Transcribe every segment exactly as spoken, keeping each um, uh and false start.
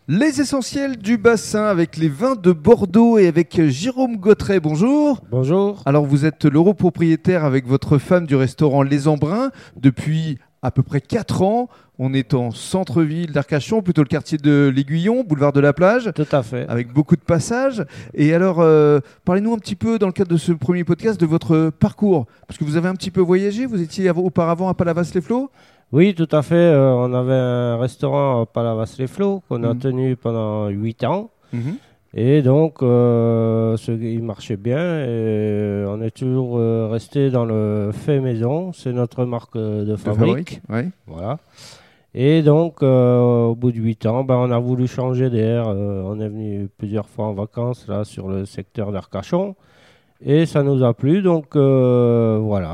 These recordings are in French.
Les essentiels du bassin avec les vins de Bordeaux et avec Jérôme Gautret. Bonjour. Bonjour. Alors vous êtes l'horopropriétaire avec votre femme du restaurant Les Embruns depuis à peu près quatre ans. On est en centre-ville d'Arcachon, plutôt le quartier de l'Aiguillon, boulevard de la Plage. Tout à fait. Avec beaucoup de passages. Et alors, euh, parlez-nous un petit peu, dans le cadre de ce premier podcast, de votre parcours. Parce que vous avez un petit peu voyagé, vous étiez auparavant à Palavas-les-Flots ? Oui, tout à fait. Euh, on avait un restaurant à Palavas-les-Flots qu'on a Mhm. tenu pendant huit ans. Mhm. Et donc, euh, ce, il marchait bien. Et on est toujours euh, resté dans le fait maison. C'est notre marque de De fabrique. fabrique, ouais. Voilà. Et donc, euh, au bout de huit ans, ben, on a voulu changer d'air. Euh, on est venu plusieurs fois en vacances là, sur le secteur d'Arcachon. Et ça nous a plu, donc euh, voilà,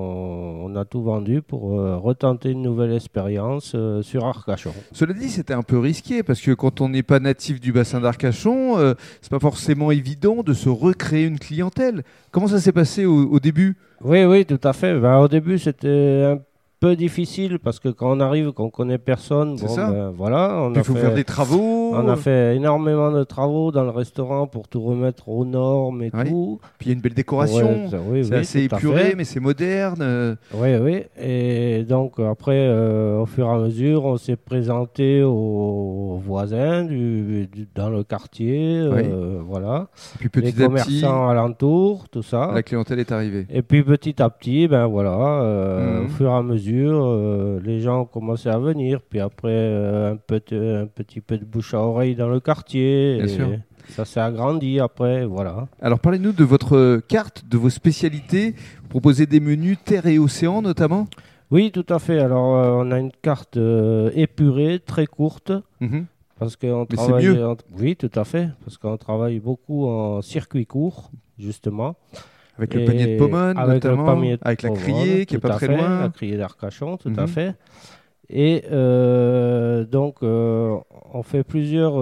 on, on a tout vendu pour euh, retenter une nouvelle expérience euh, sur Arcachon. Cela dit, c'était un peu risqué parce que quand on n'est pas natif du bassin d'Arcachon, euh, c'est pas forcément évident de se recréer une clientèle. Comment ça s'est passé au, au début ? Oui, oui, tout à fait. Ben, au début, c'était un peu difficile parce que quand on arrive, qu'on connaît personne, C'est bon, ça. ben, voilà, on Puis a il faut fait, faire des travaux. on a fait énormément de travaux dans le restaurant pour tout remettre aux normes et Oui. tout. Puis il y a une belle décoration. Ouais, ça- oui, c'est oui, assez tout à épuré, fait. mais c'est moderne. euh. Oui, oui. Et donc, après, euh, au fur et à mesure, on s'est présenté aux voisins du, du- dans le quartier. euh, voilà. Et puis Les petit à petit, commerçants alentours, tout ça. la clientèle est arrivée. Et puis, petit à petit, ben voilà, euh, Mhm. au fur et à mesure, euh, les gens ont commencé à venir. Puis après, euh, un, peu un petit peu de bouche à oreille dans le quartier. Bien et sûr. Ça s'est agrandi après, voilà. Alors parlez-nous de votre carte, de vos spécialités. Vous proposez des menus terre et océan notamment. Oui, tout à fait. Alors, euh, on a une carte euh, épurée, très courte. Mhm. Parce qu'on Mais c'est travaille, mieux. en- oui, tout à fait. Parce qu'on travaille beaucoup en circuit court, justement. Avec le Et panier de Pomone avec le notamment, panier de avec la Pomone, criée qui est tout pas à très fait, loin. La criée d'Arcachon, tout à Mhm. fait. Et euh, donc, euh, on fait plusieurs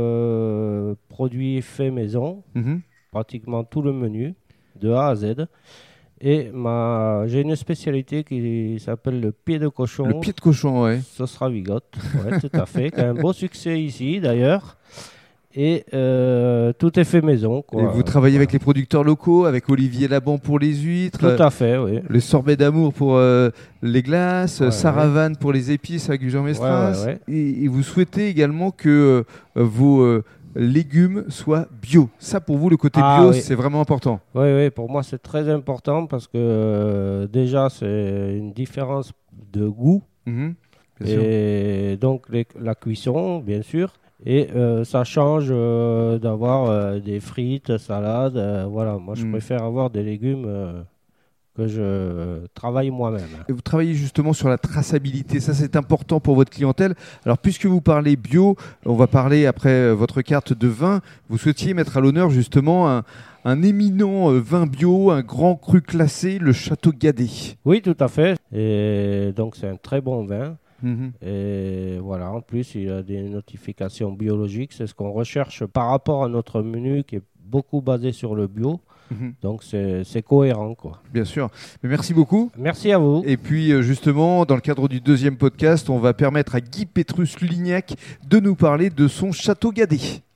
euh, produits faits maison, Mhm. pratiquement tout le menu, de A à Z. Et ma... j'ai une spécialité qui s'appelle le pied de cochon. Le pied de cochon, ouais. Sauce ravigote, ouais, tout à fait. Qui a un beau succès ici, d'ailleurs. Et euh, tout est fait maison, quoi. Et vous travaillez avec les producteurs locaux, avec Olivier Laban pour les huîtres, Tout à fait, oui. le sorbet d'amour pour euh, les glaces, Ouais, Saravane pour les épices avec du Jean Mestras. Ouais, ouais, ouais. Et, et vous souhaitez également que euh, vos euh, légumes soient bio. Ça, pour vous, le côté Ah, bio, oui. c'est vraiment important. Oui, oui, pour moi, c'est très important parce que euh, déjà, c'est une différence de goût. Mhm. Bien sûr. Et donc, les- la cuisson, bien sûr. Et euh, ça change euh, d'avoir euh, des frites, salades. euh, voilà, moi, je Mm. préfère avoir des légumes euh, que je travaille moi-même. Et vous travaillez justement sur la traçabilité, ça c'est important pour votre clientèle. Alors puisque vous parlez bio, on va parler après euh, votre carte de vin. Vous souhaitiez mettre à l'honneur justement un, un éminent euh, vin bio, un grand cru classé, le Château Gadet. Oui, tout à fait. Et donc, c'est un très bon vin. Mhm. Et voilà, en plus, il y a des notifications biologiques. C'est ce qu'on recherche par rapport à notre menu qui est beaucoup basé sur le bio. Mhm. Donc, c'est c'est cohérent, quoi. Bien sûr. Mais merci beaucoup. Merci à vous. Et puis euh, justement, dans le cadre du deuxième podcast, on va permettre à Guy Pétrus Lignac de nous parler de son Château Gadet.